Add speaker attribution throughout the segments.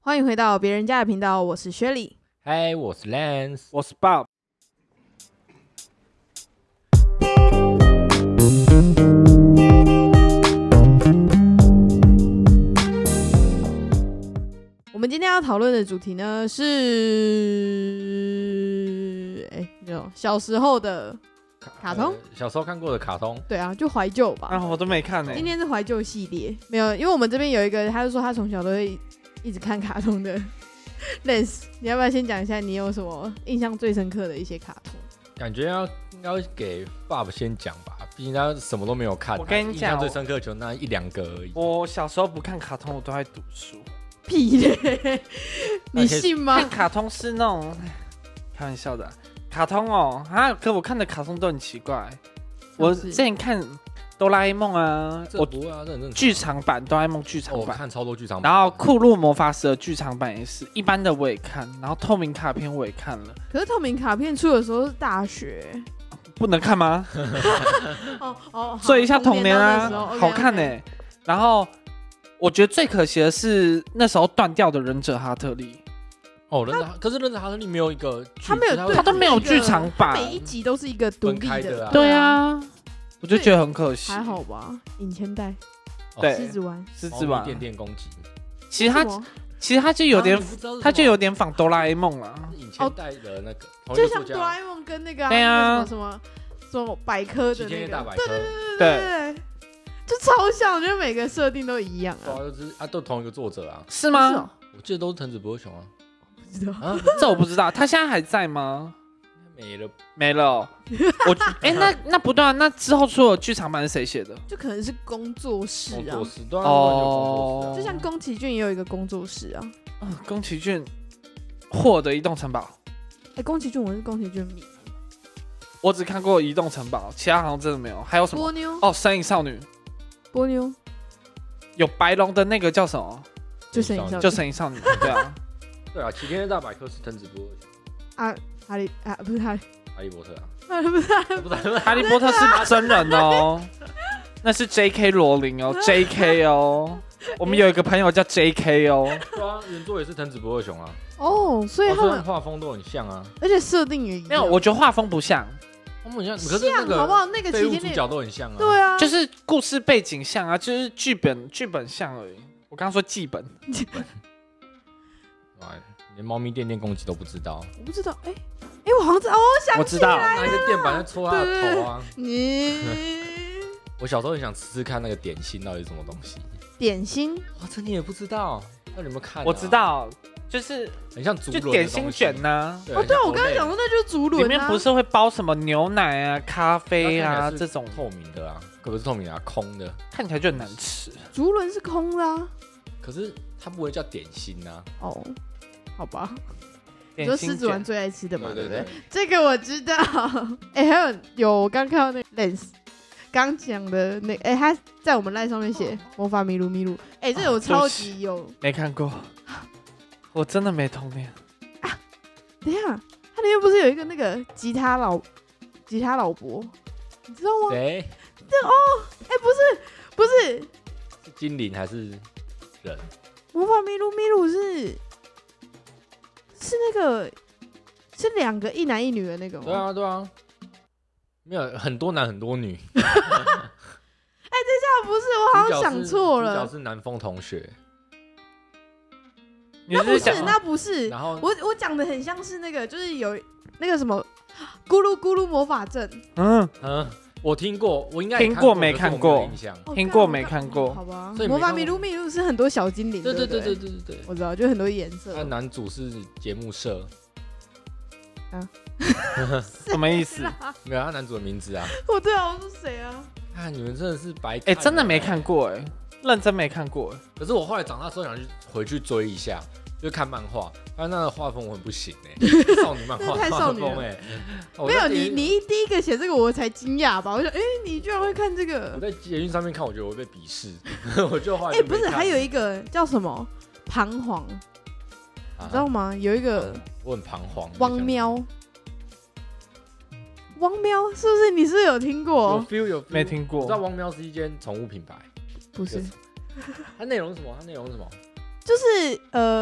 Speaker 1: 欢迎回到别人家的频道，我是薛礼。
Speaker 2: 嗨，我是 Lance，
Speaker 3: 我是 Bob。
Speaker 1: 我们今天要讨论的主题呢是，小时候的卡通，
Speaker 2: 小时候看过的卡通。
Speaker 1: 对啊，就怀旧吧。
Speaker 3: 啊，我都没看呢。
Speaker 1: 今天是怀旧系列，没有，因为我们这边有一个，他就说他从小都会一直看卡通的 Lance， 你要不要先讲一下你有什么印象最深刻的一些卡通？
Speaker 2: 感觉应该给爸爸先讲吧，毕竟他什么都没有看。
Speaker 3: 我跟你讲，
Speaker 2: 印象最深刻就那一两个而已。
Speaker 3: 我小时候不看卡通，我都在读书。
Speaker 1: 屁嘞！你信吗？
Speaker 3: 看卡通是那种开玩笑的卡通哦啊！可我看的卡通都很奇怪。我之前看哆啦 A 梦啊，
Speaker 2: 我不会啊，这
Speaker 3: 剧场版哆啦 A 梦剧场版，
Speaker 2: 我看超多剧场版。
Speaker 3: 然后库洛魔法使的剧场版也是，一般的我也看，然后透明卡片我也看了。
Speaker 1: 可是透明卡片出的时候是大学，
Speaker 3: 不能看吗？
Speaker 1: 哦，
Speaker 3: 追一下童年啊，好看呢。然后我觉得最可惜的是那时候断掉的忍者哈特利。
Speaker 2: 哦，可是忍者哈特利没有一个，
Speaker 1: 他没有，
Speaker 3: 他都没有剧场版，
Speaker 1: 每一集都是一个独立的。
Speaker 3: 对啊，我就觉得很可惜。
Speaker 1: 还好吧，影千代，
Speaker 3: 对，
Speaker 1: 狮子丸，
Speaker 2: 电电攻击。
Speaker 3: 其实他就有点，他就有点仿哆啦 A 梦啦。
Speaker 2: 影千代的那个，
Speaker 1: 就像哆啦 A 梦跟那个
Speaker 3: 对啊
Speaker 1: 什么百科的那个
Speaker 2: 大百科，
Speaker 1: 对。就超像，我觉得每个设定都一样啊。
Speaker 2: 都同一个作者啊？
Speaker 3: 是吗？
Speaker 2: 我记得都是藤子不二雄啊。
Speaker 1: 不知道
Speaker 3: 啊，这我不知道。他现在还在吗？没了。那不对啊。那之后出的剧场版是谁写的？
Speaker 1: 就可能是工作室啊。
Speaker 2: 哦，
Speaker 1: 就像宫崎骏也有一个工作室啊。
Speaker 3: 宫崎骏获得移动城堡。
Speaker 1: 宫崎骏我是宫崎骏迷。
Speaker 3: 我只看过移动城堡，其他好像真的没有。还有什么？
Speaker 1: 波妞。
Speaker 3: 哦，神隐少女。
Speaker 1: 波妞
Speaker 3: 有白龙的那个叫什么？
Speaker 1: 就神隐少女。
Speaker 3: 就神隐少女。对啊，
Speaker 2: 对啊，齐天的大百科是藤子不二雄
Speaker 1: 啊，不是哈
Speaker 2: 利波特啊，
Speaker 1: 不是
Speaker 3: 哈利波特是真人哦，那是 J.K. 罗琳哦 ，J.K. 哦，我们有一个朋友叫 J.K. 哦，
Speaker 2: 对啊，原作也是藤子不二雄啊。
Speaker 1: 哦，所以他们
Speaker 2: 画风都很像啊，
Speaker 1: 而且设定也一样。
Speaker 3: 没有，我觉得画风不像。
Speaker 2: 可是那个
Speaker 1: 好不好？那个
Speaker 2: 废物主角都很像啊。
Speaker 1: 对啊，
Speaker 3: 就是故事背景像啊，就是剧本像而已。我刚刚说剧本，
Speaker 2: 连猫咪电电攻击都不知道。
Speaker 1: 我不知道，我好像知道，
Speaker 3: 我知道，
Speaker 2: 拿一个电板在戳他的头啊。我小时候很想吃吃看那个点心到底是什么东西。
Speaker 1: 点心？
Speaker 2: 哇，这你也不知道？那你有没有看？
Speaker 3: 我知道。就是
Speaker 2: 很像竹轮，
Speaker 3: 就点心卷呐。
Speaker 1: 对，我刚才讲说那就是竹轮，
Speaker 3: 里面不是会包什么牛奶啊、咖啡啊这种
Speaker 2: 透明的啊，可不是透明啊，空的，
Speaker 3: 看起来就很难吃。
Speaker 1: 竹轮是空的啊，
Speaker 2: 可是它不会叫点心啊。
Speaker 1: 哦，好吧。你说狮子丸最爱吃的嘛？
Speaker 2: 对对对，
Speaker 1: 这个我知道。还有我刚看到那个 Lance 刚讲的那他在我们赖上面写魔法咪路，这有超级有
Speaker 3: 没看过。我真的没童年
Speaker 1: 啊！等一下，他里面不是有一个那个吉他老伯，你知道吗？
Speaker 2: 谁？
Speaker 1: 不是，
Speaker 2: 是精灵还是人？
Speaker 1: 魔法咪路是那个是两个一男一女的那个吗？
Speaker 2: 对啊，没有很多男很多女。
Speaker 1: 等一下，不是，我好像想错了。
Speaker 2: 主角是南风同学。
Speaker 1: 那不是，
Speaker 2: 然后
Speaker 1: 我讲的很像是那个，就是有那个什么咕噜咕噜魔法阵。
Speaker 2: 我听过，我应该
Speaker 3: 听过没看过？听过没看过？
Speaker 1: 好吧，魔法咪路是很多小精灵。对，我知道，就很多颜色。
Speaker 2: 那男主是节目社。
Speaker 3: 什么意思？
Speaker 2: 没有，他男主的名字啊。
Speaker 1: 我是谁啊？
Speaker 2: 你们真的是白看。
Speaker 3: 真的没看过认真没看过。
Speaker 2: 可是我后来长大之后想回去追一下，就看漫画，发现那个画风我很不行少女漫画
Speaker 1: 太少女了没有你第一个写这个我才惊讶吧，我想你居然会看这个。
Speaker 2: 我在捷运上面看，我觉得我会被鄙视，我就后来
Speaker 1: 不是还有一个叫什么彷徨，你知道吗？有一个
Speaker 2: 我很彷徨。
Speaker 1: 汪喵是不是？你是不是有听过？
Speaker 2: 有 feel
Speaker 3: 没听过。
Speaker 2: 你知道汪喵是一间宠物品牌？
Speaker 1: 不是。
Speaker 2: 它内容是什么？
Speaker 1: 就是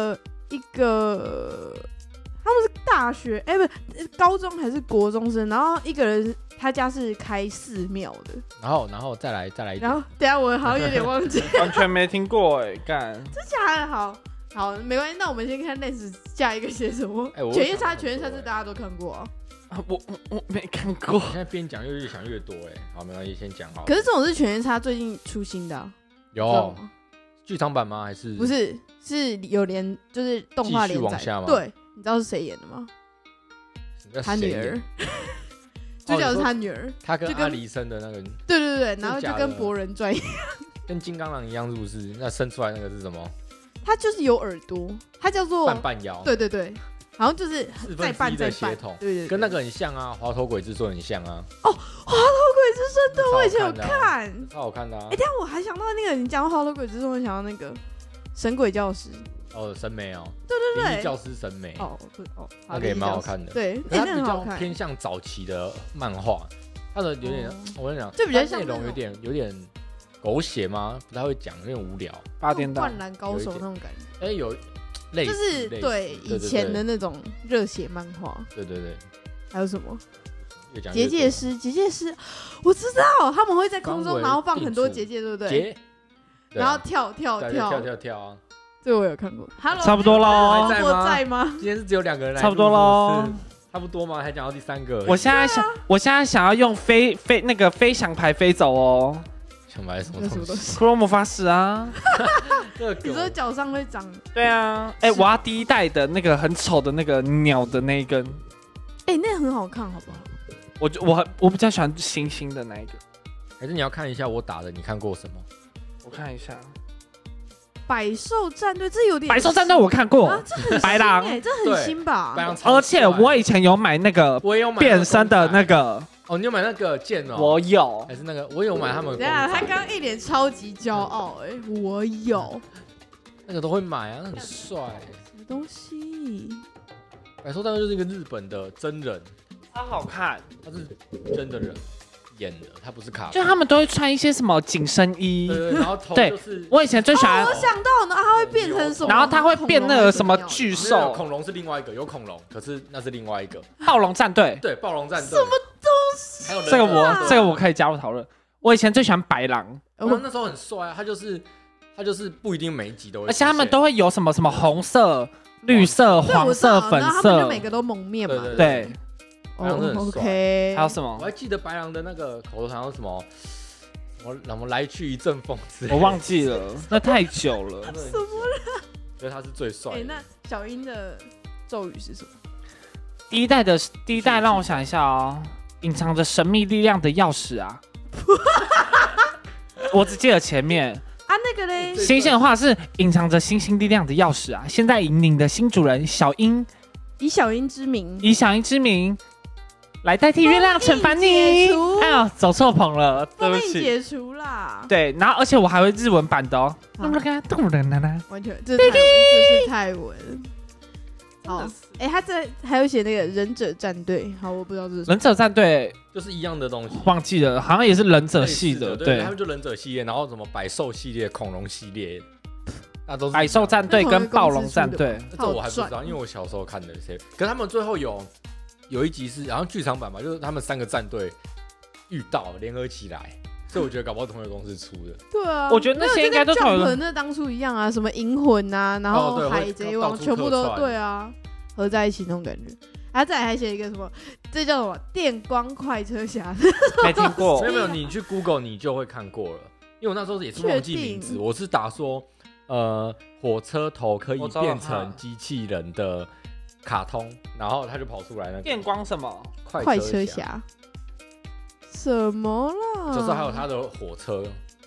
Speaker 1: 一个他们是大学不是高中还是国中生，然后一个人他家是开寺庙的，
Speaker 2: 然后再来，
Speaker 1: 然后等一下我好像有点忘记，
Speaker 3: 完全没听过干，
Speaker 1: 真假的好没关系，那我们先看类似下一个写什么。犬夜叉是大家都看过啊。
Speaker 3: 我没看过。
Speaker 2: 现在边讲越想越多好，没关系，先讲好。
Speaker 1: 可是这种是犬夜叉最近出新的
Speaker 2: 有剧场版吗？还是
Speaker 1: 不是？是有连就是动画连载吗？对，你知道是谁演的吗？他女儿，主角是他女儿，
Speaker 2: 他跟阿里生的那个。
Speaker 1: 对，然后就跟博人传一样，
Speaker 2: 跟金刚狼一样，是不是？那生出来那个是什么？
Speaker 1: 他就是有耳朵，他叫做
Speaker 2: 半妖。
Speaker 1: 对，好像就是再半
Speaker 2: 的血统，对，跟那个很像啊，滑头鬼之孙很像啊。
Speaker 1: 哦，滑头鬼之孙，对，我以前有看，
Speaker 2: 超好看的啊。
Speaker 1: 但我还想到那个，你讲滑头鬼之孙，我想到那个神鬼教师。
Speaker 2: 神美哦，
Speaker 1: 对，
Speaker 2: 教师神美
Speaker 1: 那
Speaker 2: 个也蛮好看的。
Speaker 1: 对，
Speaker 2: 它比较偏向早期的漫画，它的有点，我跟你讲，
Speaker 1: 就比较像
Speaker 2: 内容有点狗血吗？不太会讲，有点无聊。
Speaker 3: 八点档
Speaker 1: 灌篮高手那种感觉。
Speaker 2: 有类似，
Speaker 1: 就是对以前的那种热血漫画。
Speaker 2: 对。
Speaker 1: 还有什么？结界师，我知道他们会在空中，然后放很多结界，对不对？然后跳啊。这个我有看过。
Speaker 3: 差不多喽。
Speaker 1: 在吗？
Speaker 2: 今天是只有2个人来。
Speaker 3: 差不多喽。
Speaker 2: 差不多吗？还讲到第3个。
Speaker 3: 我现在想要用飞翔牌飞走哦。
Speaker 2: 想买什么东西？
Speaker 3: 骷髅魔法使啊！
Speaker 1: 你说脚上会长？
Speaker 3: 对啊，我要第1代的那个很丑的那个鸟的那一根。
Speaker 1: 那很好看，好不好？
Speaker 3: 我比较喜欢星星的那一个。
Speaker 2: 还是你要看一下我打的？你看过什么？
Speaker 3: 我看一下。
Speaker 1: 百兽战队，这有点。
Speaker 3: 百兽战队我看过，白狼，
Speaker 1: 这很新吧？
Speaker 3: 而且我以前有买那个变身的那个。
Speaker 2: 你有买那个剑哦？
Speaker 3: 我有，
Speaker 2: 还是那个我有买他们。
Speaker 1: 对啊，他刚刚一脸超级骄傲我有，
Speaker 2: 那个都会买啊，那很帅。
Speaker 1: 什么东西？
Speaker 2: 百兽战队就是一个日本的真人，
Speaker 3: 超好看，
Speaker 2: 他是真的人演的，他不是卡通。
Speaker 3: 就他们都会穿一些什么紧身衣，
Speaker 2: 对，然后头就是。
Speaker 3: 我以前最喜欢。
Speaker 1: 我想到呢，他会变成什么？
Speaker 3: 然后他会变那个什么巨兽。
Speaker 2: 恐龙是另外一个，有恐龙，可是那是另外一个。
Speaker 3: 暴龙战队。
Speaker 2: 对，暴龙战队。
Speaker 1: 什么东西？
Speaker 3: 这个我可以加入讨论。我以前最喜欢白狼，
Speaker 2: 那时候很帅啊，他就是不一定每一集都会，
Speaker 3: 而且他们都会有什么红色、绿色、黄色、粉色，
Speaker 1: 他们就每个都蒙面嘛。
Speaker 3: 对。
Speaker 1: OK。
Speaker 3: 还有什么？
Speaker 2: 我还记得白狼的那个口头禅有什么来去一阵风之类的，
Speaker 3: 我忘记了，那太久了。
Speaker 1: 什么了？
Speaker 2: 所以他是最帅的。
Speaker 1: 那小樱的咒语是什么？
Speaker 3: 第一代让我想一下哦，隐藏着神秘力量的钥匙啊。我只记得前面
Speaker 1: 啊，那个嘞，
Speaker 3: 新鲜的话是隐藏着星星力量的钥匙啊。现在引领的新主人小樱，
Speaker 1: 以小樱之名
Speaker 3: 来代替月亮惩罚你。哎呦，走错棚了，对不起。
Speaker 1: 解除啦。
Speaker 3: 对，然后而且我还会日文版的哦。
Speaker 1: 完全，这是泰文。好，他这还有写那个忍者战队，好，我不知道这是
Speaker 3: 忍者战队，
Speaker 2: 就是一样的东西，
Speaker 3: 忘记了，好像也是忍者系的，
Speaker 2: 对，他们就忍者系列，然后什么百兽系列、恐龙系列，那都是
Speaker 3: 百兽战队跟暴龙战队，
Speaker 2: 这我还不知道，因为我小时候看的些，可是他们最后有一集是，然后剧场版嘛，就是他们3个战队遇到联合起来。所以我觉得搞不好同一个公司出的。
Speaker 1: 对啊，
Speaker 3: 我觉得那些应该都同一个。
Speaker 1: 那当初一样啊，什么银魂啊，然后海贼王，全部都对啊，合在一起那种感觉。再来还写一个什么，这叫什么电光快车侠？
Speaker 3: 没听过。
Speaker 2: 没有，你去 Google 你就会看过了。因为我那时候也是忘记名字，我是打说火车头可以变成机器人的卡通，然后他就跑出来那个
Speaker 3: 电光什么
Speaker 1: 快车侠。什么啦？
Speaker 2: 就是还有他的火车，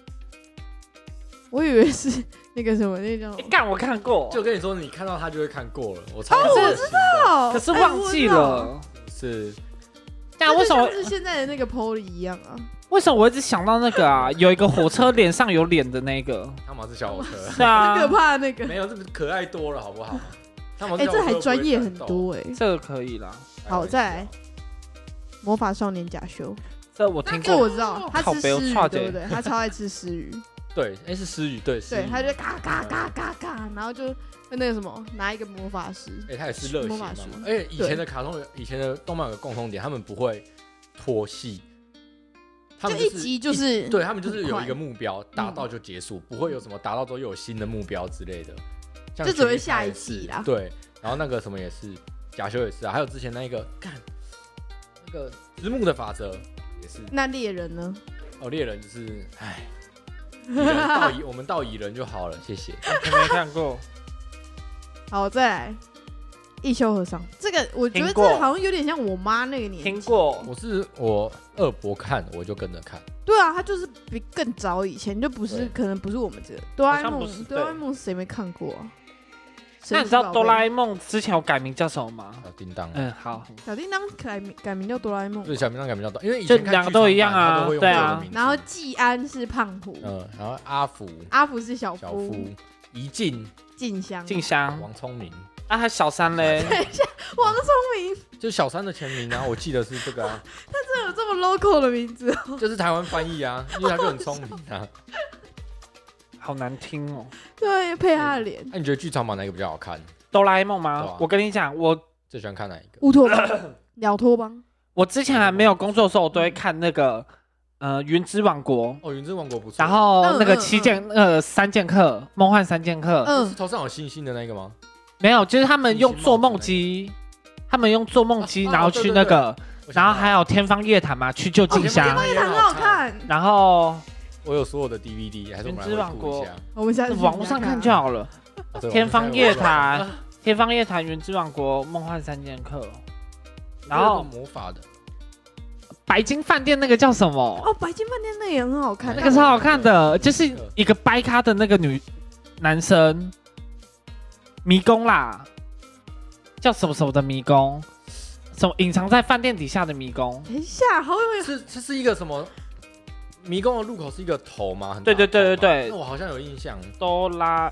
Speaker 1: 我以为是那个什么那种。
Speaker 3: 干，我看过。
Speaker 2: 就跟你说，你看到他就会看过了。我知
Speaker 1: 道，
Speaker 3: 可是忘记了。
Speaker 2: 是。
Speaker 3: 但为什么
Speaker 1: 是现在的那个 Polly 一样啊？
Speaker 3: 为什么我一直想到那个啊？有一个火车脸上有脸的那个。
Speaker 2: 汤马斯小火车。
Speaker 3: 对啊。
Speaker 1: 很可怕的那个。
Speaker 2: 没有，这可爱多了，好不好？
Speaker 1: 这还专业很多
Speaker 3: 这个可以啦。
Speaker 1: 好，再来。魔法少年假修。
Speaker 3: 这我听过，
Speaker 1: 这我知道，他吃虱鱼，对不对？他超爱吃虱鱼。
Speaker 2: 对，是狮鱼，对，
Speaker 1: 对，他就嘎嘎嘎嘎嘎，然后就那个什么拿一个魔法师，
Speaker 2: 他也是热血嘛，而且以前的卡通，以前的动漫有个共同点，他们不会拖戏。他们
Speaker 1: 就一集就是
Speaker 2: 对他们就是有一个目标，达到就结束，不会有什么达到之后又有新的目标之类的，
Speaker 1: 就只会下一季啦。
Speaker 2: 对，然后那个什么也是，假修也是啊，还有之前那个那个直木的法则也是。
Speaker 1: 那猎人呢？
Speaker 2: 猎人就是我们到蚁人就好了，谢谢。
Speaker 3: 没看过。
Speaker 1: 好，再来。一休和尚，这个我觉得这个好像有点像我妈那个年纪。
Speaker 3: 听过，
Speaker 2: 我二伯看，我就跟着看。
Speaker 1: 对啊，他就是比更早以前，就不是可能不是我们这个哆啦 A 梦。哆啦 A 梦谁没看过啊？
Speaker 3: 那你知道哆啦 A 梦之前有改名叫什么吗？
Speaker 2: 小叮当。
Speaker 3: 好。
Speaker 1: 小叮当改名叫哆啦 A 梦。
Speaker 2: 对，小叮当改名叫哆，因为以前
Speaker 3: 两个都一样啊，对啊。
Speaker 1: 然后季安是胖虎，
Speaker 2: 然后阿福
Speaker 1: 是小夫，
Speaker 2: 怡
Speaker 1: 静
Speaker 3: 香，
Speaker 2: 王聪明。
Speaker 3: 还小三嘞？
Speaker 1: 等一下，王聪明
Speaker 2: 就是小三的全名啊，我记得是这个啊。
Speaker 1: 他真的有这么 local 的名字哦？
Speaker 2: 就是台湾翻译啊，因为他就很聪明啊。
Speaker 3: 好难听哦。
Speaker 1: 对，配他的脸。
Speaker 2: 那你觉得剧场版哪一个比较好看？
Speaker 3: 哆啦 A 梦吗？我跟你讲，我
Speaker 2: 最喜欢看哪一个？
Speaker 1: 乌托邦、鸟托邦。
Speaker 3: 我之前还没有工作的时候，我都会看那个云之王国。
Speaker 2: 云之王国不错。
Speaker 3: 然后那个3剑客，梦幻3剑客，
Speaker 2: 是头上有星星的那个吗？
Speaker 3: 没有，就是他们用做梦机，然后去那个，然后还有天方夜谭嘛，去救静香。
Speaker 1: 天方夜谭很好看。
Speaker 3: 然后
Speaker 2: 我有所有的 DVD， 还是我们来回顾一下。
Speaker 1: 我们下次
Speaker 3: 网络上看就好了。天方夜谭、云之王国、梦幻3剑客，然后
Speaker 2: 魔法的
Speaker 3: 白金饭店那个叫什么？
Speaker 1: 白金饭店那也很好看，
Speaker 3: 那个超好看的，就是一个掰咖的那个男生。迷宫啦，叫什么的迷宫，什么隐藏在饭店底下的迷宫。
Speaker 1: 等一下，好有
Speaker 2: 这是一个什么迷宫的入口是一个头吗？
Speaker 3: 对，
Speaker 2: 那我好像有印象。
Speaker 3: 哆啦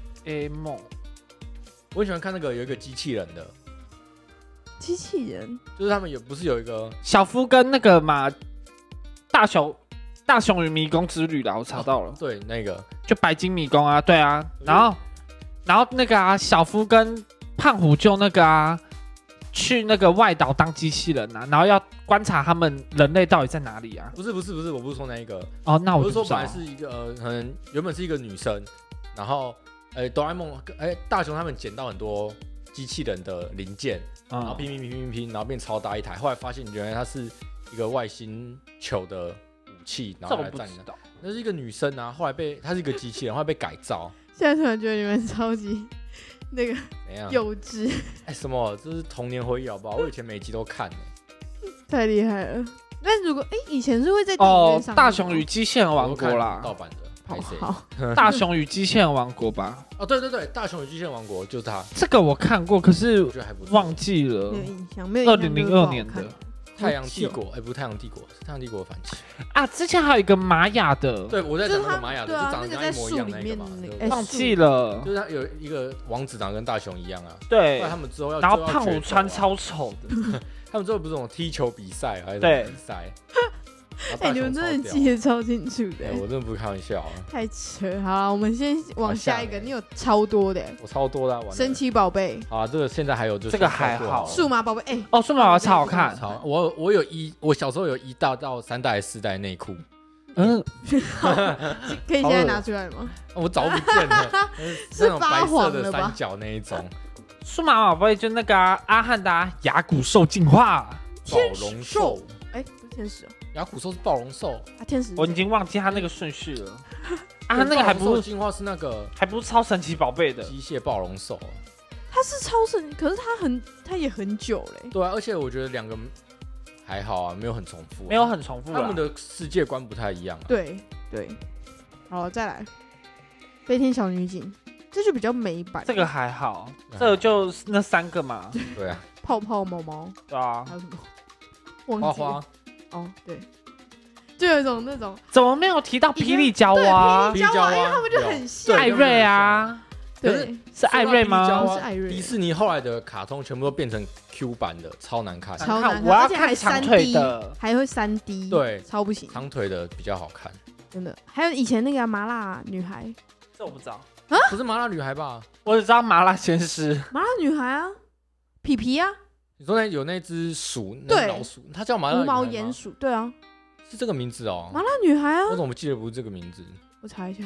Speaker 3: A 梦，
Speaker 2: 我很喜欢看那个有一个机器人的。
Speaker 1: 机器人
Speaker 2: 就是他们不是有一个
Speaker 3: 小夫跟那个嘛大雄与迷宫之旅啦，我查到了。
Speaker 2: 对，那个
Speaker 3: 就白金迷宫啊，对啊，然后那个小夫跟胖虎就那个去那个外岛当机器人啊，然后要观察他们人类到底在哪里啊？
Speaker 2: 不是，我不是说那一个
Speaker 3: 那
Speaker 2: 我是说本来是一个可能原本是一个女生，然后哆啦 A 梦大雄他们捡到很多机器人的零件，然后拼，然后变超大一台，后来发现原来它是一个外星球的武器，然后来占领。那是一个女生啊，后来她是一个机器人，后来被改造。
Speaker 1: 现在突然觉得你们超级那个幼稚。
Speaker 2: 什么？这是童年回忆好不好？我以前每集都看
Speaker 1: 太厉害了。那如果以前是会在电影院上
Speaker 3: 大雄与机器人王国啦，
Speaker 2: 盗版的。
Speaker 1: 好，
Speaker 3: 大雄与机器人王国吧。
Speaker 2: 对，大雄与机器人王国就是它。
Speaker 3: 这个我看过，可是
Speaker 2: 我觉得还不错，
Speaker 3: 忘记了。
Speaker 1: 没有印象，没有
Speaker 3: 2002年的。
Speaker 2: 太阳帝国，不是太阳帝国，是太阳帝国的反击
Speaker 3: 啊！之前还有一个玛雅的，
Speaker 2: 对，我在讲那个玛雅的，就长得跟一模一样
Speaker 1: 那个嘛，
Speaker 3: 忘记了，
Speaker 2: 就是他有一个王子长得跟大雄一样啊，
Speaker 3: 对，
Speaker 2: 他们之后
Speaker 3: 然后胖虎穿超丑的，
Speaker 2: 他们之后不是那种踢球比赛还是比赛？
Speaker 1: 你们真的记得超清楚的，
Speaker 2: 我真的不是开玩笑，
Speaker 1: 太扯。好了，我们先往下一个，你有超多的，
Speaker 2: 我超多的，
Speaker 1: 神奇宝贝。
Speaker 2: 好，这个现在还有就是
Speaker 3: 这个还好，
Speaker 1: 数码宝贝，
Speaker 3: 数码宝贝超好看，
Speaker 2: 我小时候有1代到3代4代内裤，
Speaker 1: 可以现在拿出来吗？
Speaker 2: 我早不见了，
Speaker 1: 是
Speaker 2: 那种白色的三角那一种。
Speaker 3: 数码宝贝就那个阿汉的牙骨兽进化，
Speaker 2: 暴龙兽，
Speaker 1: 不是天使哦。
Speaker 2: 牙骨兽是暴龙兽
Speaker 1: 天使，
Speaker 3: 我已经忘记他那个顺序了。那个还不是
Speaker 2: 进化是那个，
Speaker 3: 还不是超神奇宝贝的
Speaker 2: 机械暴龙兽。
Speaker 1: 它是超神，可是它也很久嘞。
Speaker 2: 对啊，而且我觉得2个还好啊，没有很重复，
Speaker 3: 没有很重复，
Speaker 2: 他们的世界观不太一样。
Speaker 1: 对，好，再来，飞天小女警，这就比较美版。
Speaker 3: 这个还好，这个就那3个嘛。
Speaker 2: 对啊，
Speaker 1: 泡泡毛毛，
Speaker 3: 对啊，
Speaker 1: 还有什么？
Speaker 2: 花花。
Speaker 1: 对，就有一种那种，
Speaker 3: 怎么没有提到霹雳娇娃？
Speaker 1: 霹雳娇娃，因为他们就很像
Speaker 3: 艾瑞啊，
Speaker 1: 对，
Speaker 3: 是艾瑞吗？
Speaker 1: 是艾瑞。
Speaker 2: 迪士尼后来的卡通全部都变成 Q 版的，超难看，
Speaker 1: 超难看，
Speaker 3: 我要看长腿的，
Speaker 1: 还会3D，
Speaker 2: 对，
Speaker 1: 超不行。
Speaker 2: 长腿的比较好看。
Speaker 1: 真的。还有以前那个麻辣女孩，
Speaker 3: 这我不知道
Speaker 1: 啊，
Speaker 2: 不是麻辣女孩吧？
Speaker 3: 我只知道麻辣鲜师。
Speaker 1: 麻辣女孩啊，皮皮啊。
Speaker 2: 你说有那只鼠，那老鼠，它叫麻辣女孩吗？
Speaker 1: 无毛鼹鼠，对啊，
Speaker 2: 是这个名字哦。
Speaker 1: 麻辣女孩啊，
Speaker 2: 我怎么记得不是这个名字？
Speaker 1: 我查一下。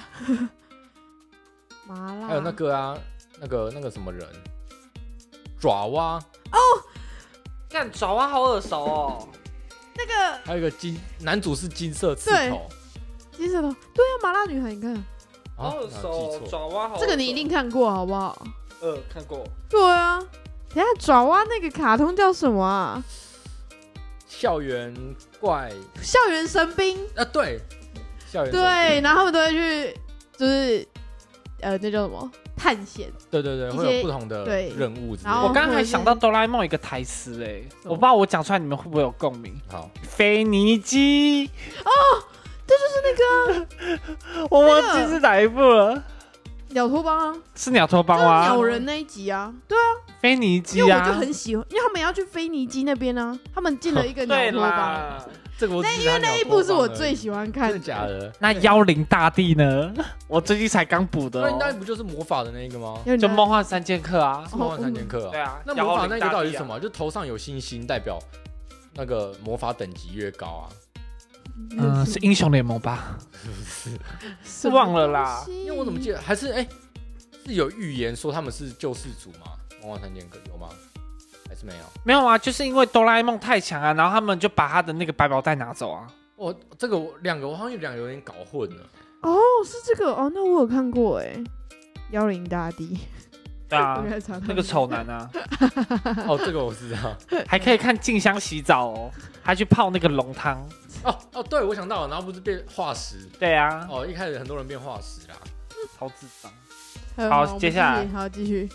Speaker 1: 麻辣。
Speaker 2: 还有那个啊，那个什么人，爪哇
Speaker 3: 哦，干爪哇好耳熟哦。
Speaker 1: 那个
Speaker 2: 还有一个男主是金色刺头，
Speaker 1: 金色头，对啊，麻辣女孩，你看，
Speaker 3: 好耳熟，爪哇好。
Speaker 1: 这个你一定看过，好不好？
Speaker 3: 看过。
Speaker 1: 对啊，等一下爪哇那个卡通叫什么啊？
Speaker 2: 校园
Speaker 1: 神兵
Speaker 2: 啊，对，校园
Speaker 1: 对，然后他们都会去，就是那叫什么探险？
Speaker 2: 对，会有不同的任务。
Speaker 1: 然后
Speaker 3: 我刚刚还想到哆啦 A 梦一个台词我不知道我讲出来你们会不会有共鸣？
Speaker 2: 好，
Speaker 3: 腓尼基
Speaker 1: 哦，这就是那个，
Speaker 3: 我忘记是哪一部了。
Speaker 1: 鸟托邦啊，
Speaker 3: 是鸟托邦吗？
Speaker 1: 鸟人那一集啊，对啊，
Speaker 3: 腓尼基啊，
Speaker 1: 因为我就很喜欢，因为他们要去腓尼基那边啊，他们进了一个鸟托邦。
Speaker 2: 这个我
Speaker 1: 因为那一部是我最喜欢看的。
Speaker 2: 真的假的？
Speaker 3: 那妖灵大帝呢？我最近才刚补的。
Speaker 2: 妖灵大帝不就是魔法的那个吗？
Speaker 3: 就梦幻三剑客啊，
Speaker 2: 是梦幻三剑客啊。
Speaker 3: 对啊，
Speaker 2: 那魔法那个到底是什么？就头上有星星，代表那个魔法等级越高啊。
Speaker 3: 是英雄联盟吧？是忘了啦。
Speaker 2: 因为我怎么记得还是是有预言说他们是救世主吗？梦幻三剑客有吗？还是没有？
Speaker 3: 没有啊，就是因为哆啦 A 梦太强啊，然后他们就把他的那个百宝袋拿走啊。
Speaker 2: 这个两个我好像有点搞混了。
Speaker 1: 哦，是这个哦，那我有看过妖灵大帝。
Speaker 3: 对啊，那个丑男啊。
Speaker 2: 哦，这个我知道。
Speaker 3: 还可以看静香洗澡哦，还去泡那个龙汤。
Speaker 2: 哦，对，我想到了，然后不是变化石？
Speaker 3: 对啊。
Speaker 2: 哦，一开始很多人变化石啦，
Speaker 3: 超智障。好，接下来，
Speaker 1: 好继续。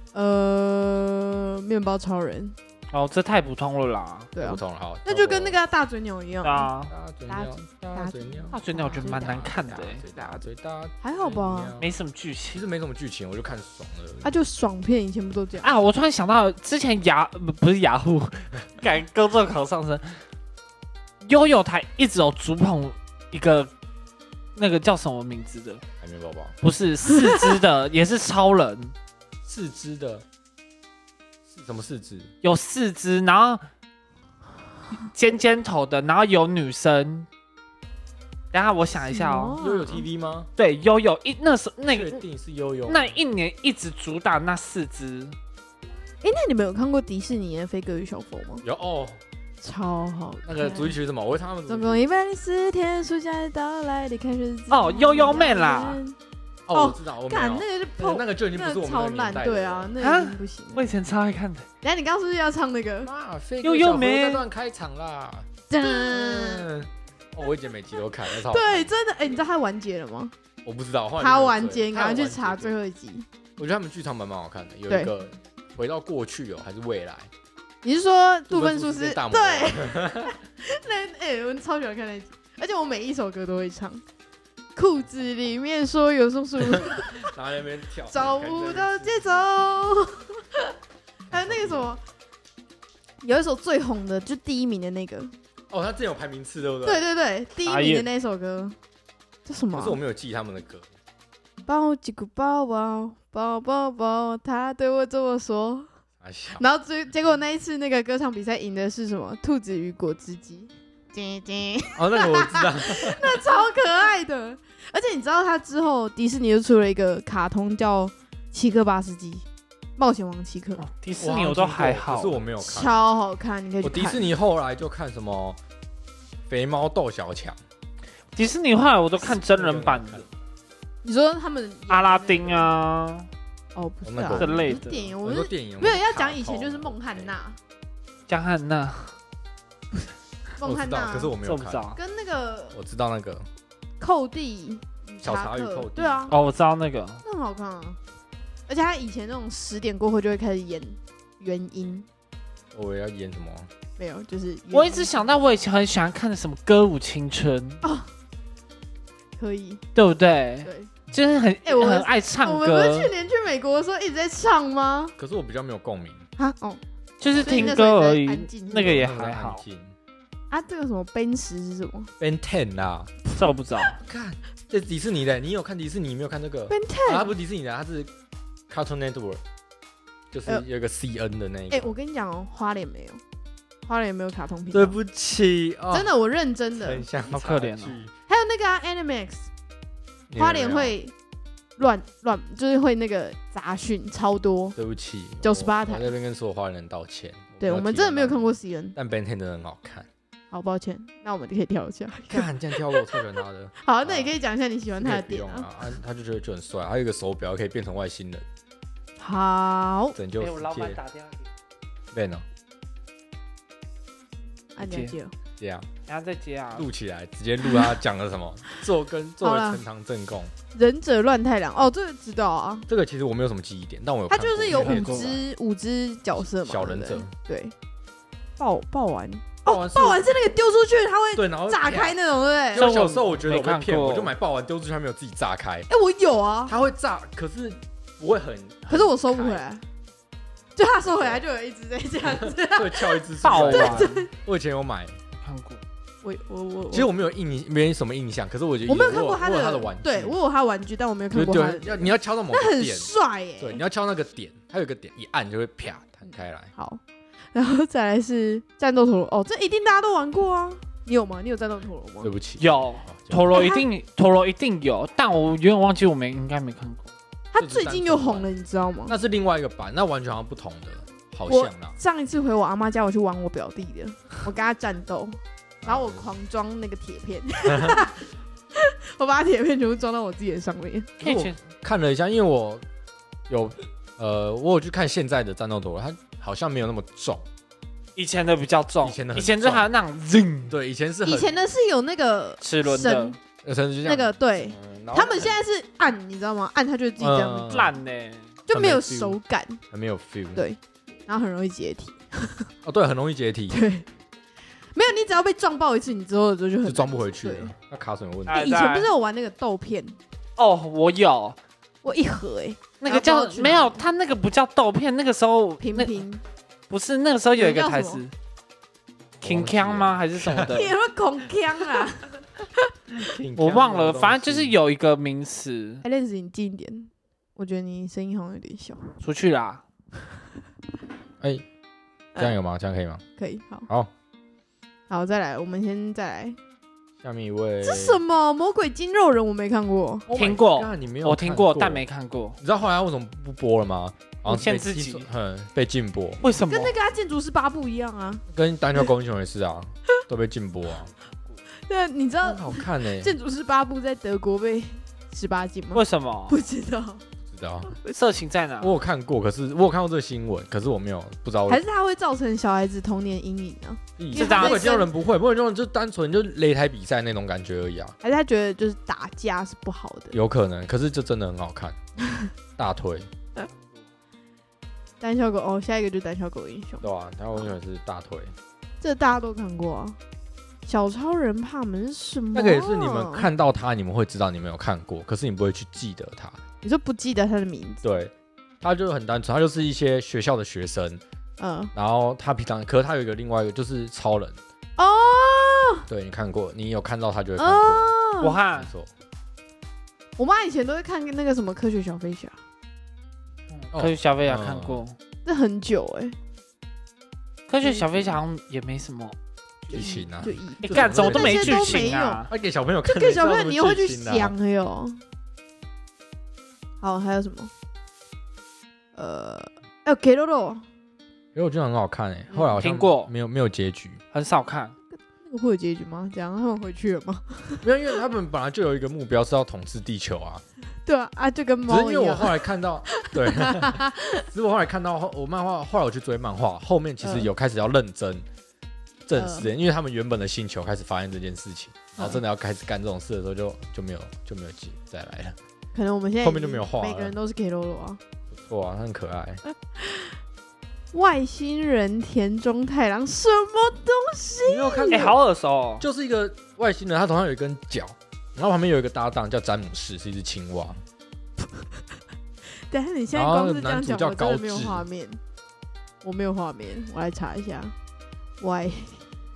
Speaker 1: 面包超人。
Speaker 3: 哦，这太普通了啦。
Speaker 1: 对啊，
Speaker 2: 普通了，好，
Speaker 1: 那就跟那个大嘴鸟一样。
Speaker 3: 啊，
Speaker 2: 大嘴鸟，
Speaker 3: 我觉得蛮难看的。
Speaker 2: 大，
Speaker 1: 还好吧，
Speaker 3: 没什么剧情，
Speaker 2: 其实没什么剧情，我就看爽了。
Speaker 1: 啊，就爽片，以前不都这样
Speaker 3: 啊？我突然想到，之前不是雅虎，改工作考上升，悠悠台一直有主捧一个那个叫什么名字的？
Speaker 2: 海绵宝宝？
Speaker 3: 不是4只的，也是超人。
Speaker 2: 4只的。什么4只？有
Speaker 3: 4只，然后尖头的，然后有女生。等一下我想一下哦。
Speaker 2: 悠悠 TV 吗？
Speaker 3: 对，悠悠那时候那个
Speaker 2: 确定是悠悠。
Speaker 3: 那一年一直主打那4只。
Speaker 1: 那你们有看过迪士尼的《飞哥与小佛》吗？
Speaker 2: 有哦，
Speaker 1: 超好看。
Speaker 2: 那个主题曲是什么？我会唱他们。
Speaker 1: 总共104天，暑假的到来，离开日子。
Speaker 3: 哦，悠悠妹啦。
Speaker 2: 哦，我知道，我没有。
Speaker 1: 那个就
Speaker 2: 那个就已经不是我们
Speaker 1: 超烂，对啊，那已经不行。
Speaker 3: 我以前超爱看的。
Speaker 1: 等下你刚刚是不是要唱那个？
Speaker 2: 悠悠妹在乱开场啦。我以前每集都看，
Speaker 1: 对，真的。你知道它完结了吗？
Speaker 2: 我不知道，
Speaker 1: 它完结，赶快去查最后一集。
Speaker 2: 我觉得他们剧场版蛮好看的，有一个回到过去还是未来？
Speaker 1: 你是说杜芬苏斯？
Speaker 2: 对。
Speaker 1: 我超喜欢看那集，而且我每一首歌都会唱。裤子里面说有松鼠，
Speaker 2: 然后那边跳，
Speaker 1: 找不到节奏。还有那个什么，有一首最红的，就第1名的那个。
Speaker 2: 哦，他之前有排名次，对不对？
Speaker 1: 对，第1名的那首歌叫什么？
Speaker 2: 可是我没有记他们的歌。
Speaker 1: 抱几个抱抱，抱抱抱，他对我这么说。然后结果那一次那个歌唱比赛赢的是什么？兔子与果汁机。
Speaker 2: 哦，那个我知道，
Speaker 1: 那超可爱的。而且你知道，他之后迪士尼又出了一个卡通叫《奇克巴斯基冒险王奇克》。
Speaker 3: 迪士尼我都还好，
Speaker 2: 可是我没有看，
Speaker 1: 超好看，你可以去看。
Speaker 2: 我迪士尼后来就看什么肥猫斗小强。
Speaker 3: 迪士尼后来我都看真人版的。
Speaker 1: 你说他们
Speaker 3: 阿拉丁啊？
Speaker 1: 哦，不是啊，
Speaker 3: 这类的
Speaker 1: 电影，
Speaker 2: 我说电影
Speaker 1: 没有要讲以前就是孟汉娜。
Speaker 3: 江汉娜。
Speaker 1: 孟汉娜，
Speaker 2: 可是我没有看。
Speaker 1: 跟那个
Speaker 2: 我知道那个
Speaker 1: 寇弟
Speaker 2: 小茶与寇弟，
Speaker 1: 对啊，
Speaker 3: 哦，我知道那个，
Speaker 1: 那很好看啊。而且他以前那种10点过后就会开始演原音。
Speaker 2: 我要演什么？
Speaker 1: 没有，就是
Speaker 3: 我一直想到我以前很喜欢看的什么《歌舞青春》哦，
Speaker 1: 可以，
Speaker 3: 对不对？
Speaker 1: 对，
Speaker 3: 就是很爱唱歌。
Speaker 1: 我们不是去年去美国的时候一直在唱吗？
Speaker 2: 可是我比较没有共鸣
Speaker 1: 啊，哦，
Speaker 3: 就是听歌而已，那个也还好。
Speaker 1: 啊，这个什么 Ben 10是什么
Speaker 2: ？Ben 10啦，
Speaker 3: 这我不知道。
Speaker 2: 看这迪士尼的，你有看迪士尼，没有看这个
Speaker 1: Ben 10？
Speaker 2: 它不是迪士尼的，它是 Cartoon Network， 就是有一个 CN 的那一个。
Speaker 1: 我跟你讲哦，花莲没有。花莲没有卡通频道，
Speaker 2: 对不起，
Speaker 1: 真的，我认真的，
Speaker 3: 好可怜哦。
Speaker 1: 还有那个Animax，花莲会乱，就是会那个杂讯超多。
Speaker 2: 对不起
Speaker 1: ，98台，
Speaker 2: 我在这边跟所有花莲人道歉。
Speaker 1: 对，我们真的没有看过 CN，
Speaker 2: 但 Ben 10真的很好看。
Speaker 1: 好抱歉，那我们可以跳一下。
Speaker 2: 看这样跳过，我超喜欢他的。
Speaker 1: 好，那你可以讲一下你喜欢他的点
Speaker 2: 啊。他就觉得就很帅，还有一个手表可以变成外星人。
Speaker 1: 好，
Speaker 2: 拯救世界。
Speaker 3: 我老板打电话
Speaker 2: 给 Ben 哦。
Speaker 1: 接
Speaker 2: 这样，
Speaker 3: 然后再接啊，
Speaker 2: 录起来，直接录他讲了什么，作为呈堂证供。
Speaker 1: 忍者乱太郎，哦，这个知道啊。
Speaker 2: 这个其实我没有什么记忆点，但我有
Speaker 1: 他
Speaker 2: 看过。
Speaker 1: 就是有五只角色嘛，
Speaker 2: 小忍者。
Speaker 1: 对，爆丸。爆丸是那个丢出去，它会
Speaker 2: 对，然后
Speaker 1: 炸开那种，对不
Speaker 2: 对？小时候我觉得我被骗，我就买爆丸丢出去，它没有自己炸开。
Speaker 1: 我有啊，
Speaker 2: 它会炸，可是不会很。
Speaker 1: 可是我收不回来。就他收回来就有一只在这样子，
Speaker 2: 会翘一只
Speaker 3: 爆丸。
Speaker 2: 我以前有买，
Speaker 3: 看过。
Speaker 1: 我
Speaker 2: 其实我没什么印象，可是我觉得
Speaker 1: 我没有看过他
Speaker 2: 的玩具，
Speaker 1: 对我有他的玩具，但我没有看过他的。
Speaker 2: 你要敲到某个点，
Speaker 1: 那很帅耶。
Speaker 2: 对，你要敲那个点，它有个点一按就会啪弹开来。
Speaker 1: 好，然后再来是战斗陀螺，哦，这一定大家都玩过啊。你有吗？你有战斗陀螺吗？
Speaker 2: 对不起，
Speaker 3: 有陀螺一定有，但我有点忘记我应该没看过。
Speaker 1: 他最近又红了，你知道吗？
Speaker 2: 那是另外一个版，那完全好像不同的，好像啦。
Speaker 1: 上一次回我阿妈家，我去玩我表弟的，我跟他战斗，然后我狂装那个铁片，我把铁片全部装到我自己的上面。
Speaker 2: 我看了一下，因为我有去看现在的战斗陀螺，它好像没有那么重。
Speaker 3: 以前的比较重，以前就还有那种，
Speaker 2: 对，以前
Speaker 1: 的是有那个
Speaker 3: 齿轮的，
Speaker 1: 那个对，他们现在是按，你知道吗？按它就自己这样
Speaker 3: 烂呢，
Speaker 1: 就没有手感，
Speaker 2: 很没有 feel，
Speaker 1: 对，然后很容易解体。
Speaker 2: 哦，对，很容易解体，
Speaker 1: 对，没有，你只要被撞爆一次，你之后就很
Speaker 2: 装不回去了，那卡什么问题？
Speaker 1: 以前不是有玩那个豆片？
Speaker 3: 哦，我有，
Speaker 1: 我一盒
Speaker 3: 那个叫没有，它那个不叫豆片，那个时候
Speaker 1: 平。
Speaker 3: 不是那个时候有一个台词，King Kong 吗？还是什么的？
Speaker 1: 你有没有孔腔啊？
Speaker 3: 我忘了，反正就是有一个名词。
Speaker 1: 认识你近一点，我觉得你声音好像有点小。
Speaker 3: 出去啦！
Speaker 2: 这样有吗？这样可以吗？
Speaker 1: 可以，好，再来，我们再来。
Speaker 2: 下面一位，
Speaker 1: 这什么魔鬼筋肉人？我没看过，
Speaker 3: 听过，
Speaker 2: 我
Speaker 3: 听过，但没看过。
Speaker 2: 你知道后来为什么不播了吗？
Speaker 3: 限自己，
Speaker 2: 被禁播。
Speaker 3: 为什么？
Speaker 1: 跟那个建筑师8部一样啊，
Speaker 2: 跟单挑狗英雄也是啊，都被禁播啊。
Speaker 1: 对，你知道
Speaker 2: 好看呢？
Speaker 1: 建筑师8部在德国被18禁吗？
Speaker 3: 为什么？
Speaker 1: 不知道。
Speaker 3: 色情在哪？
Speaker 2: 我有看过，可是我有看过这个新闻，可是我没有不知道。
Speaker 1: 还是它会造成小孩子童年阴影啊？
Speaker 2: 魔鬼筋肉人不会，魔鬼筋肉人就单纯就擂台比赛那种感觉而已啊。
Speaker 1: 还是他觉得就是打架是不好的？
Speaker 2: 有可能，可是这真的很好看，大推。
Speaker 1: 胆小狗下一个就是胆小狗英雄。
Speaker 2: 对啊，胆小狗英雄是大推。
Speaker 1: 这大家都看过啊。小超人帕门是什么？
Speaker 2: 那个也是你们看到他，你们会知道你们有看过，可是你不会去记得他。
Speaker 1: 你说不记得他的名字？
Speaker 2: 对，他就很单纯，他就是一些学校的学生，然后他平常，可是他有一个另外一个就是超人哦，对你看过，你有看到他就会看过。
Speaker 3: 我看，
Speaker 2: 没错。
Speaker 1: 我妈以前都会看那个什么科学小飞侠，
Speaker 3: 科学小飞侠看过，
Speaker 1: 那很久
Speaker 3: 科学小飞侠好像也没什么
Speaker 2: 剧情啊，
Speaker 3: 你干怎么都没剧情啊？
Speaker 2: 给小朋友看，
Speaker 1: 给小朋友你会去想的哟。好，还有什么？给洛洛，
Speaker 2: 我觉得很好看后来好像
Speaker 3: 听过，
Speaker 2: 没有结局，
Speaker 3: 很少看。
Speaker 1: 那个会有结局吗？这样他们回去了吗？
Speaker 2: 没有，因为他们本来就有一个目标是要统治地球啊。
Speaker 1: 对啊，就跟猫一样。
Speaker 2: 只是因为我后来看到，对，只是我后来看到我漫画，后来我去追漫画，后面其实有开始要认真正视，因为他们原本的星球开始发现这件事情，然后真的要开始干这种事的时候，就没有再来了。
Speaker 1: 可能我们现在
Speaker 2: 后面就没有画了，
Speaker 1: 每个人都是 K 洛洛啊，
Speaker 2: 不错啊，他很可爱。
Speaker 1: 外星人田中太郎什么东西？
Speaker 2: 你没有看过？
Speaker 3: 好耳熟哦，
Speaker 2: 就是一个外星人，他头上有一根角，然后旁边有一个搭档叫詹姆士，是一只青蛙。
Speaker 1: 等下你现在光是这样讲，我真的没有画面，我没有画面，我来查一下。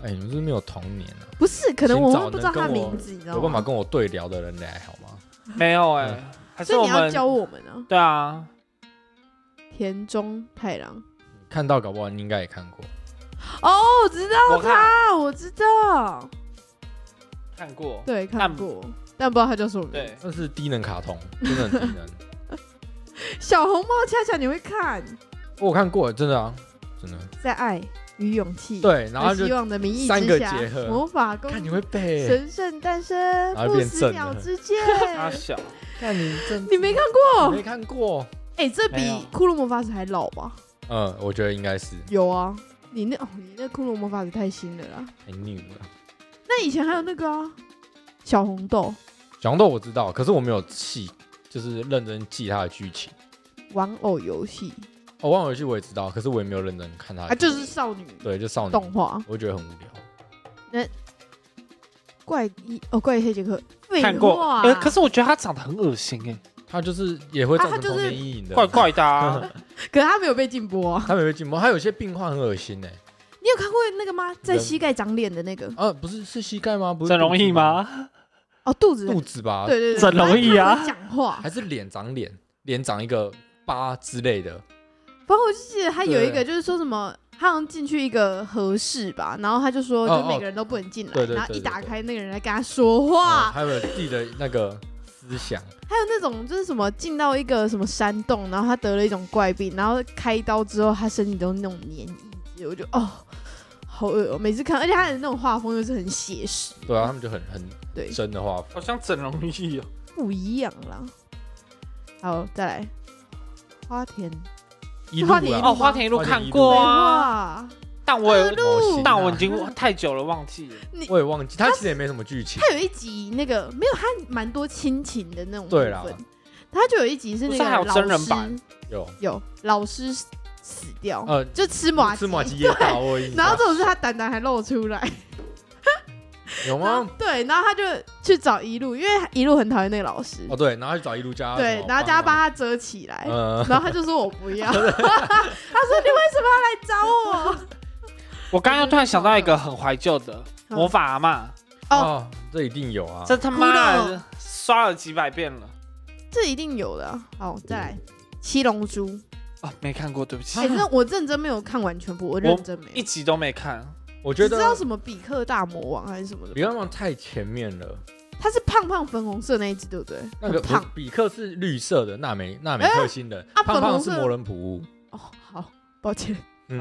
Speaker 2: 哎，你们是不是没有童年啊？
Speaker 1: 不是，可能我们不知道他名字，你知道吗？
Speaker 2: 有办法跟我对聊的人来好吗？
Speaker 3: 没有还是我们
Speaker 1: 所以你要教我们啊。
Speaker 3: 对啊，
Speaker 1: 田中太郎，
Speaker 2: 看到搞不好你应该也看过。
Speaker 1: 哦，我知道他，我知道，
Speaker 3: 看过，
Speaker 1: 对，看过，但不知道他叫什么名字。
Speaker 3: 对，
Speaker 2: 那是低能卡通，真的很低能。
Speaker 1: 小红帽恰恰你会看？
Speaker 2: 我看过，真的啊，真的。
Speaker 1: 在爱与勇气，
Speaker 2: 对，然后就
Speaker 1: 希望的名义之下，
Speaker 2: 三个结合，
Speaker 1: 魔法公主，
Speaker 2: 看你会背，
Speaker 1: 神圣诞生，不死鸟之剑。
Speaker 3: 他小，
Speaker 2: 看你真，
Speaker 1: 你没看过？
Speaker 2: 没看过。
Speaker 1: 哎，这比《骷髅魔法使》还老吧？
Speaker 2: 我觉得应该是
Speaker 1: 有啊。你那骷髅魔法使太新了啦，
Speaker 2: 太 new 了。
Speaker 1: 那以前还有那个啊，小红豆。
Speaker 2: 小红豆我知道，可是我没有就是认真记它的剧情。
Speaker 1: 玩偶游戏。
Speaker 2: 玩偶游戏我也知道，可是我也没有认真看它。
Speaker 1: 就是少女。
Speaker 2: 对，就少女
Speaker 1: 动画，
Speaker 2: 我觉得很无聊。
Speaker 1: 那怪医黑杰克
Speaker 3: 看过，可是我觉得他长得很恶心
Speaker 2: 他就是也会造成童年阴影的，
Speaker 3: 怪怪的啊。
Speaker 1: 可是他没有被禁播啊，
Speaker 2: 他没有被禁播，他有些病患很恶心你
Speaker 1: 有看过那个吗？在膝盖长脸的那个？
Speaker 2: 不是膝盖吗？不是
Speaker 3: 整容易吗？
Speaker 1: 肚子
Speaker 2: 吧？
Speaker 1: 对，
Speaker 3: 整容易啊。
Speaker 1: 讲话
Speaker 2: 还是脸长一个疤之类的。
Speaker 1: 反正我记得他有一个就是说什么，他好像进去一个和室吧，然后他就说，就每个人都不能进来，然后一打开那个人来跟他说话，
Speaker 2: 还有自己的那个思想，
Speaker 1: 还有那种就是什么进到一个什么山洞，然后他得了一种怪病，然后开刀之后他身体都那种黏液，我就好恶每次看，而且他的那种画风又是很写实，
Speaker 2: 对啊，他们就很
Speaker 1: 对
Speaker 3: 真
Speaker 2: 的画风，
Speaker 3: 好像整容易
Speaker 1: 不一样啦。好，再来花田
Speaker 3: 一路看过啊，但我已经太久了忘记了，
Speaker 2: 我也忘记，他其实也没什么剧情。
Speaker 1: 他有一集那个没有，他蛮多亲情的那种部分。
Speaker 2: 对啦，
Speaker 1: 他就有一集是那个
Speaker 3: 还有真人版，
Speaker 2: 有
Speaker 1: 老师死掉，就吃麻
Speaker 2: 鸡也打我一下，
Speaker 1: 然后这种是他胆还露出来。
Speaker 2: 有吗？
Speaker 1: 对，然后他就去找一路，因为一路很讨厌那个老师。
Speaker 2: 对，然后去找一路家，
Speaker 1: 对，然后叫他帮他遮起来，然后他就说我不要，他说你为什么要来找我？
Speaker 3: 我刚刚突然想到一个很怀旧的魔法阿嬷，
Speaker 2: 这一定有啊，
Speaker 3: 这他妈的刷了几百遍了，
Speaker 1: 这一定有的。好，再来七龙珠
Speaker 3: 没看过，对不起，
Speaker 1: 我认真没有看完全部，我认真没有
Speaker 3: 一集都没看。
Speaker 2: 我觉得
Speaker 1: 知道什么比克大魔王还是什么的，
Speaker 2: 比克大魔王太前面了。
Speaker 1: 他是胖胖粉红色那一只，对不对？
Speaker 2: 那个
Speaker 1: 胖
Speaker 2: 比克是绿色的纳美克星人，胖胖是魔人普乌。
Speaker 1: 好，抱歉。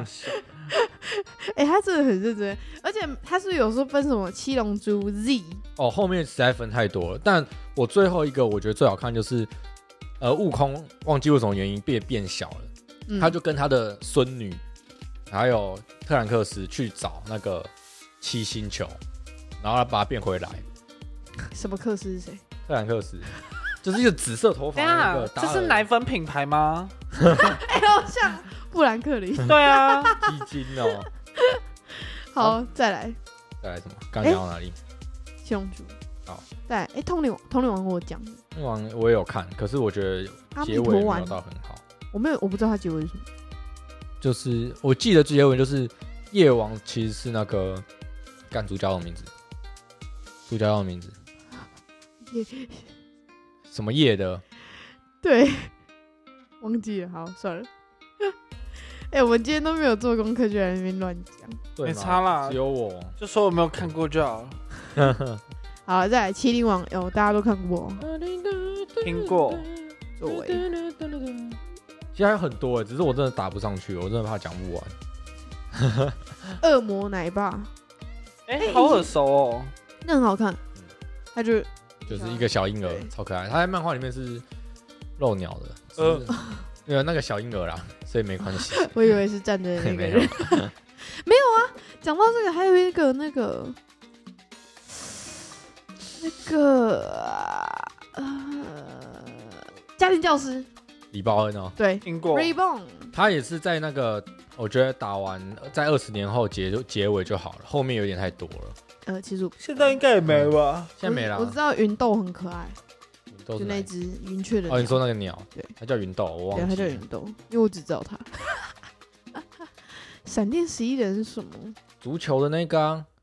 Speaker 1: 他真的很认真，而且他是有时候分什么七龙珠 Z。
Speaker 2: 后面实在分太多了。但我最后一个我觉得最好看就是悟空忘记为什么原因变小了，他就跟他的孙女还有特兰克斯去找那个七星球，然后他把它变回来。
Speaker 1: 什么克斯是谁？
Speaker 2: 特兰克斯就是一个紫色头发那个。
Speaker 3: 这是奶粉品牌吗？
Speaker 1: 好像布兰克林。
Speaker 3: 对啊，
Speaker 2: 基金哦。
Speaker 1: 好，再来
Speaker 2: 什么？刚讲到哪里？
Speaker 1: 七龙珠。
Speaker 2: 好，
Speaker 1: 再来通灵王我讲的。
Speaker 2: 通灵王我也有看，可是我觉得结尾没有到很好。我不知道他结尾是什么。 就是我记得结尾就是夜王其实是那个主角的名字，什么夜的？
Speaker 1: 对，忘记了，好算了。我们今天都没有做功课，就在那边乱讲，
Speaker 3: 没差啦，
Speaker 2: 只有我
Speaker 3: 就说我没有看过就好了。
Speaker 1: 好，再来麒麟王，大家都看过，
Speaker 3: 听过。
Speaker 1: 作为
Speaker 2: 其实还有很多只是我真的打不上去，我真的怕讲不完。
Speaker 1: 恶魔奶爸，
Speaker 3: 好耳熟哦，
Speaker 1: 那很好看，他就是
Speaker 2: 一个小婴儿，超可爱。他在漫画里面是肉鸟的，因为那个小婴儿啦，所以没关系。
Speaker 1: 我以为是站着那个人，没有啊。讲到这个，还有一个那个家庭教师。
Speaker 2: 李包恩
Speaker 1: 对，
Speaker 3: 听过。
Speaker 1: Reborn，
Speaker 2: 他也是在那个，我觉得打完在20年后结尾就好了，后面有点太多了。
Speaker 1: 其实
Speaker 3: 现在应该也没吧？
Speaker 2: 现在没了。
Speaker 1: 我知道云豆很可爱，
Speaker 2: 就
Speaker 1: 那只云雀的鸟。
Speaker 2: 你说那个鸟？
Speaker 1: 对，
Speaker 2: 它叫云豆，我忘记了。
Speaker 1: 对，它叫云豆，因为我只知道它。闪电11人是什么？
Speaker 2: 足球的那个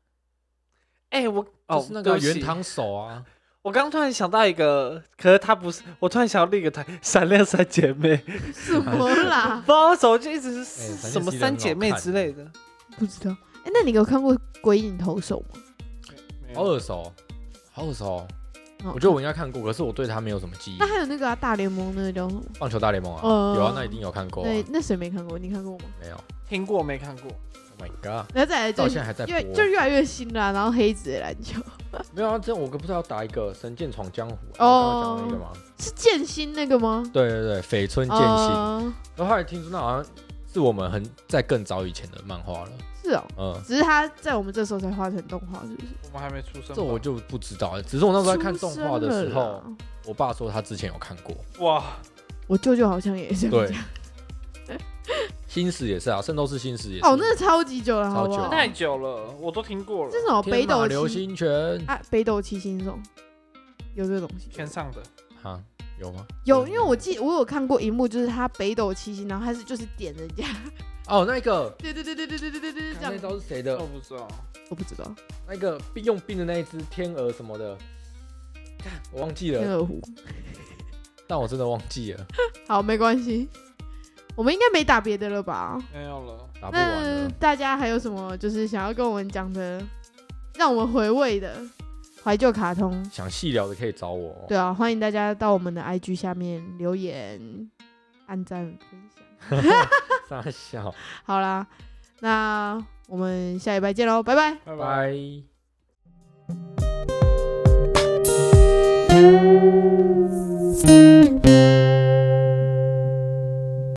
Speaker 3: 我
Speaker 2: 就是那个原堂手啊。
Speaker 3: 我刚突然想到一个，可是它不是，我突然想到另一个台《闪亮三姐妹》，
Speaker 1: 什么啦？
Speaker 3: 不知道为什么就一直是
Speaker 2: 闪
Speaker 3: 什么三姐妹之类的。
Speaker 1: 不知道。那你有看过《鬼影投手》吗？
Speaker 2: 好耳熟，好耳熟。我觉得我应该看过，可是我对他没有什么记忆。
Speaker 1: 那还有那个大联盟，那个叫什么？
Speaker 2: 棒球大联盟啊，有啊，那一定有看过。
Speaker 1: 对，那谁没看过？你看过吗？
Speaker 2: 没有，
Speaker 3: 听过没看过
Speaker 2: ？Oh my god！
Speaker 1: 然后再来
Speaker 2: 到现在还在播，
Speaker 1: 就越来越新啦。然后黑子的篮球
Speaker 2: 没有啊，这我不是要打一个《神剑闯江湖》
Speaker 1: 哦，
Speaker 2: 我刚刚讲那个吗？
Speaker 1: 是剑心那个吗？
Speaker 2: 对对对，绯村剑心。然后后来听说那好像是我们在更早以前的漫画了。
Speaker 1: 是哦，只是他在我们这时候才画成动画，是不是？
Speaker 3: 我们还没出生，
Speaker 2: 这我就不知道。只是我那时候在看动画的时候，我爸说他之前有看过。
Speaker 3: 哇，
Speaker 1: 我舅舅好像也是这样讲。
Speaker 2: 星矢也是啊，圣斗士星矢也是。
Speaker 1: 哦，那超级久了，好不好？
Speaker 3: 太久了，我都听过了。
Speaker 1: 这是什么北斗
Speaker 2: 流星拳
Speaker 1: 啊？北斗七星种有这个东西？
Speaker 3: 天上的
Speaker 2: 啊？有吗？
Speaker 1: 有，因为我有看过一幕，就是他北斗七星，然后他就是点人家。
Speaker 2: 哦，那个。
Speaker 1: 对，这样。
Speaker 2: 那招是谁的？
Speaker 3: 我不知道，
Speaker 1: 我不知道。
Speaker 2: 那个用冰的那一只天鹅什么的，我忘记了。
Speaker 1: 天鹅湖。
Speaker 2: 但我真的忘记了。
Speaker 1: 好，没关系。我们应该没打别的了吧？
Speaker 3: 没有了，
Speaker 2: 打不完了。
Speaker 1: 那大家还有什么就是想要跟我们讲的，让我们回味的怀旧卡通？
Speaker 2: 想细聊的可以找我。
Speaker 1: 对啊，欢迎大家到我们的 IG 下面留言、按赞、分享。
Speaker 2: 傻笑。
Speaker 1: 好啦，那我们下礼拜见喽，拜拜，
Speaker 2: 拜拜。